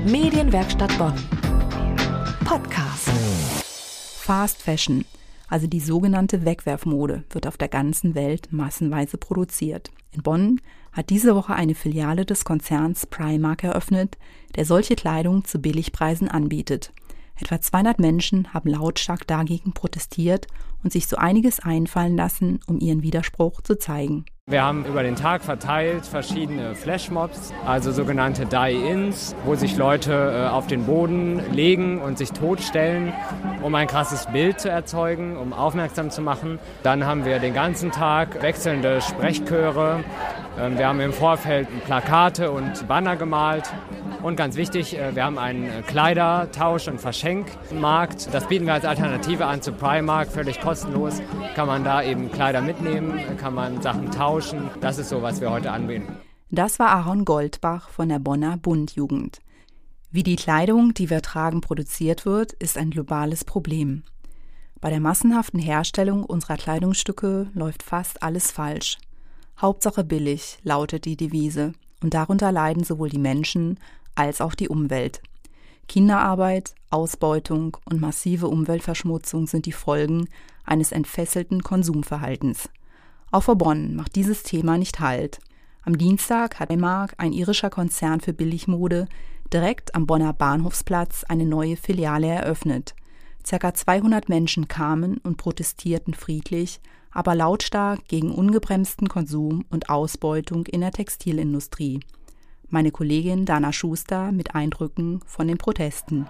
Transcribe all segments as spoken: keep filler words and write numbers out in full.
Medienwerkstatt Bonn. Podcast. Fast Fashion, also die sogenannte Wegwerfmode, wird auf der ganzen Welt massenweise produziert. In Bonn hat diese Woche eine Filiale des Konzerns Primark eröffnet, der solche Kleidung zu Billigpreisen anbietet. Etwa zweihundert Menschen haben lautstark dagegen protestiert und sich so einiges einfallen lassen, um ihren Widerspruch zu zeigen. Wir haben über den Tag verteilt verschiedene Flashmobs, also sogenannte Die-Ins, wo sich Leute auf den Boden legen und sich totstellen, um ein krasses Bild zu erzeugen, um aufmerksam zu machen. Dann haben wir den ganzen Tag wechselnde Sprechchöre. Wir haben im Vorfeld Plakate und Banner gemalt. Und ganz wichtig, wir haben einen Kleidertausch- und Verschenkmarkt. Das bieten wir als Alternative an zu Primark, völlig kostenlos. Kann man da eben Kleider mitnehmen, kann man Sachen tauschen. Das ist so, was wir heute anbieten. Das war Aaron Goldbach von der Bonner Bund-Jugend. Wie die Kleidung, die wir tragen, produziert wird, ist ein globales Problem. Bei der massenhaften Herstellung unserer Kleidungsstücke läuft fast alles falsch. Hauptsache billig, lautet die Devise. Und darunter leiden sowohl die Menschen als auch die Umwelt. Kinderarbeit, Ausbeutung und massive Umweltverschmutzung sind die Folgen eines entfesselten Konsumverhaltens. Auch vor Bonn macht dieses Thema nicht Halt. Am Dienstag hat Primark, ein irischer Konzern für Billigmode, direkt am Bonner Bahnhofsplatz eine neue Filiale eröffnet. Circa zweihundert Menschen kamen und protestierten friedlich, aber lautstark gegen ungebremsten Konsum und Ausbeutung in der Textilindustrie. Meine Kollegin Dana Schuster mit Eindrücken von den Protesten.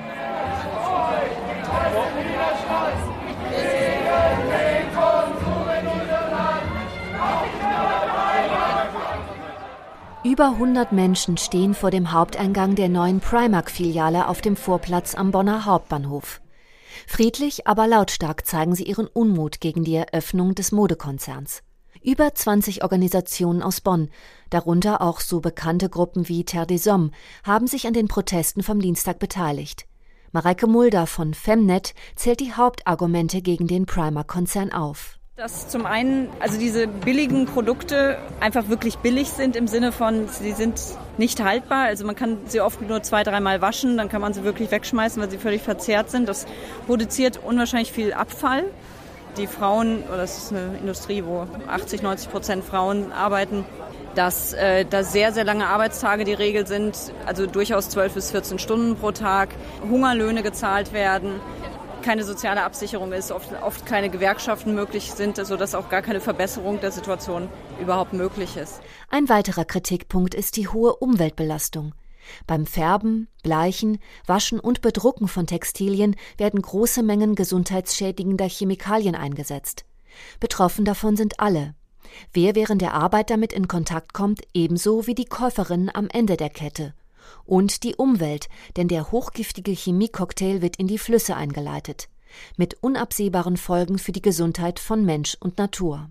Über hundert Menschen stehen vor dem Haupteingang der neuen Primark-Filiale auf dem Vorplatz am Bonner Hauptbahnhof. Friedlich, aber lautstark zeigen sie ihren Unmut gegen die Eröffnung des Modekonzerns. Über zwanzig Organisationen aus Bonn, darunter auch so bekannte Gruppen wie Terre des Hommes, haben sich an den Protesten vom Dienstag beteiligt. Mareike Mulder von Femnet zählt die Hauptargumente gegen den Primark-Konzern auf. Dass zum einen, also diese billigen Produkte einfach wirklich billig sind im Sinne von, sie sind nicht haltbar. Also man kann sie oft nur zwei, dreimal waschen, dann kann man sie wirklich wegschmeißen, weil sie völlig verzerrt sind. Das produziert unwahrscheinlich viel Abfall. Die Frauen, oder das ist eine Industrie, wo achtzig, neunzig Prozent Frauen arbeiten, dass äh, da sehr, sehr lange Arbeitstage die Regel sind, also durchaus zwölf bis vierzehn Stunden pro Tag, Hungerlöhne gezahlt werden, keine soziale Absicherung ist, oft, oft keine Gewerkschaften möglich sind, sodass auch gar keine Verbesserung der Situation überhaupt möglich ist. Ein weiterer Kritikpunkt ist die hohe Umweltbelastung. Beim Färben, Bleichen, Waschen und Bedrucken von Textilien werden große Mengen gesundheitsschädigender Chemikalien eingesetzt. Betroffen davon sind alle. Wer während der Arbeit damit in Kontakt kommt, ebenso wie die Käuferinnen am Ende der Kette. Und die Umwelt, denn der hochgiftige Chemiecocktail wird in die Flüsse eingeleitet. Mit unabsehbaren Folgen für die Gesundheit von Mensch und Natur.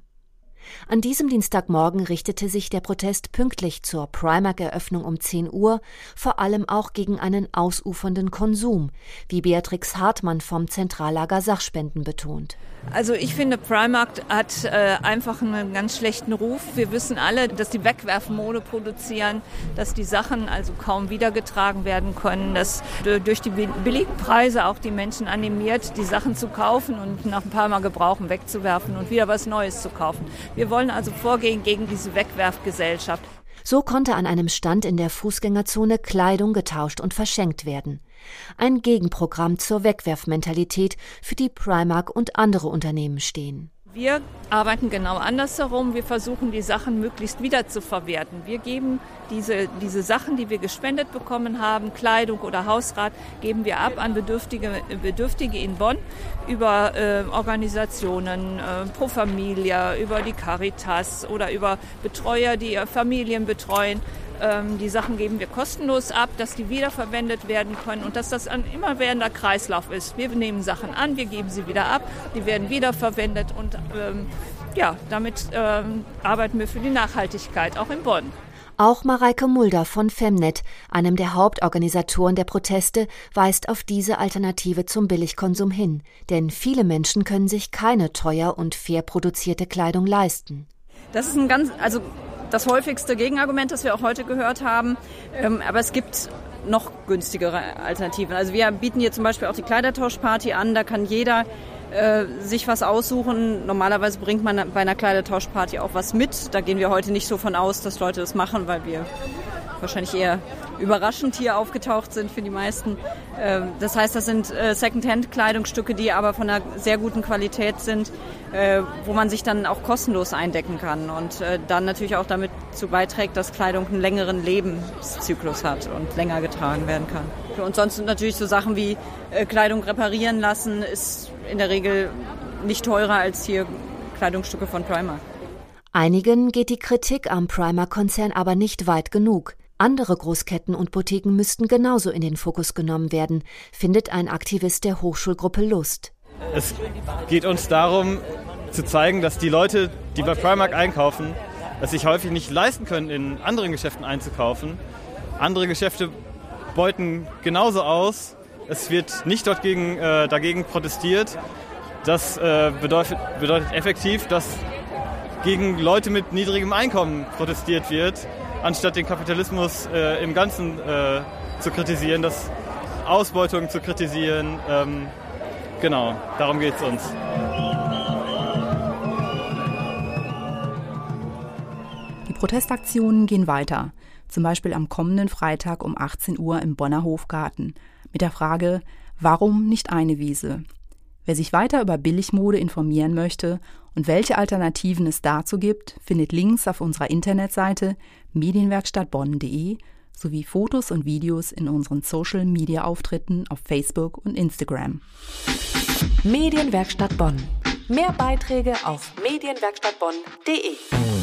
An diesem Dienstagmorgen richtete sich der Protest pünktlich zur Primark-Eröffnung um zehn Uhr vor allem auch gegen einen ausufernden Konsum, wie Beatrix Hartmann vom Zentrallager Sachspenden betont. Also ich finde, Primark hat äh, einfach einen ganz schlechten Ruf. Wir wissen alle, dass die Wegwerfmode produzieren, dass die Sachen also kaum wiedergetragen werden können, dass durch die billigen Preise auch die Menschen animiert, die Sachen zu kaufen und nach ein paar Mal gebrauchen wegzuwerfen und wieder was Neues zu kaufen. Wir wollen also vorgehen gegen diese Wegwerfgesellschaft. So konnte an einem Stand in der Fußgängerzone Kleidung getauscht und verschenkt werden. Ein Gegenprogramm zur Wegwerfmentalität, für die Primark und andere Unternehmen stehen. Wir arbeiten genau andersherum. Wir versuchen, die Sachen möglichst wieder zu verwerten. Wir geben diese, diese Sachen, die wir gespendet bekommen haben, Kleidung oder Hausrat, geben wir ab an Bedürftige, Bedürftige in Bonn über äh, Organisationen, äh, Pro Familia, über die Caritas oder über Betreuer, die Familien betreuen. Ähm, die Sachen geben wir kostenlos ab, dass die wiederverwendet werden können und dass das ein immerwährender Kreislauf ist. Wir nehmen Sachen an, wir geben sie wieder ab, die werden wiederverwendet und ähm, ja, damit ähm, arbeiten wir für die Nachhaltigkeit, auch in Bonn. Auch Mareike Mulder von Femnet, einem der Hauptorganisatoren der Proteste, weist auf diese Alternative zum Billigkonsum hin. Denn viele Menschen können sich keine teuer und fair produzierte Kleidung leisten. Das ist ein ganz, also das häufigste Gegenargument, das wir auch heute gehört haben. Ähm, aber es gibt noch günstigere Alternativen. Also wir bieten hier zum Beispiel auch die Kleidertauschparty an, da kann jeder äh, sich was aussuchen. Normalerweise bringt man bei einer Kleidertauschparty auch was mit. Da gehen wir heute nicht so von aus, dass Leute das machen, weil wir wahrscheinlich eher überraschend hier aufgetaucht sind für die meisten. Das heißt, das sind Secondhand-Kleidungsstücke, die aber von einer sehr guten Qualität sind, wo man sich dann auch kostenlos eindecken kann und dann natürlich auch damit dazu beiträgt, dass Kleidung einen längeren Lebenszyklus hat und länger getragen werden kann. Und sonst sind natürlich so Sachen wie Kleidung reparieren lassen, ist in der Regel nicht teurer als hier Kleidungsstücke von Primark. Einigen geht die Kritik am Primark-Konzern aber nicht weit genug. Andere Großketten und Boutiquen müssten genauso in den Fokus genommen werden, findet ein Aktivist der Hochschulgruppe Lust. Es geht uns darum, zu zeigen, dass die Leute, die bei Primark einkaufen, es sich häufig nicht leisten können, in anderen Geschäften einzukaufen. Andere Geschäfte beuten genauso aus. Es wird nicht dort gegen, äh, dagegen protestiert. Das äh, bedeutet, bedeutet effektiv, dass gegen Leute mit niedrigem Einkommen protestiert wird, anstatt den Kapitalismus äh, im Ganzen äh, zu kritisieren, das Ausbeutung zu kritisieren. Ähm, genau, darum geht es uns. Die Protestaktionen gehen weiter, zum Beispiel am kommenden Freitag um achtzehn Uhr im Bonner Hofgarten, mit der Frage, warum nicht eine Wiese? Wer sich weiter über Billigmode informieren möchte und welche Alternativen es dazu gibt, findet Links auf unserer Internetseite medienwerkstattbonn punkt de sowie Fotos und Videos in unseren Social-Media-Auftritten auf Facebook und Instagram. Medienwerkstatt Bonn. Mehr Beiträge auf medienwerkstattbonn punkt de.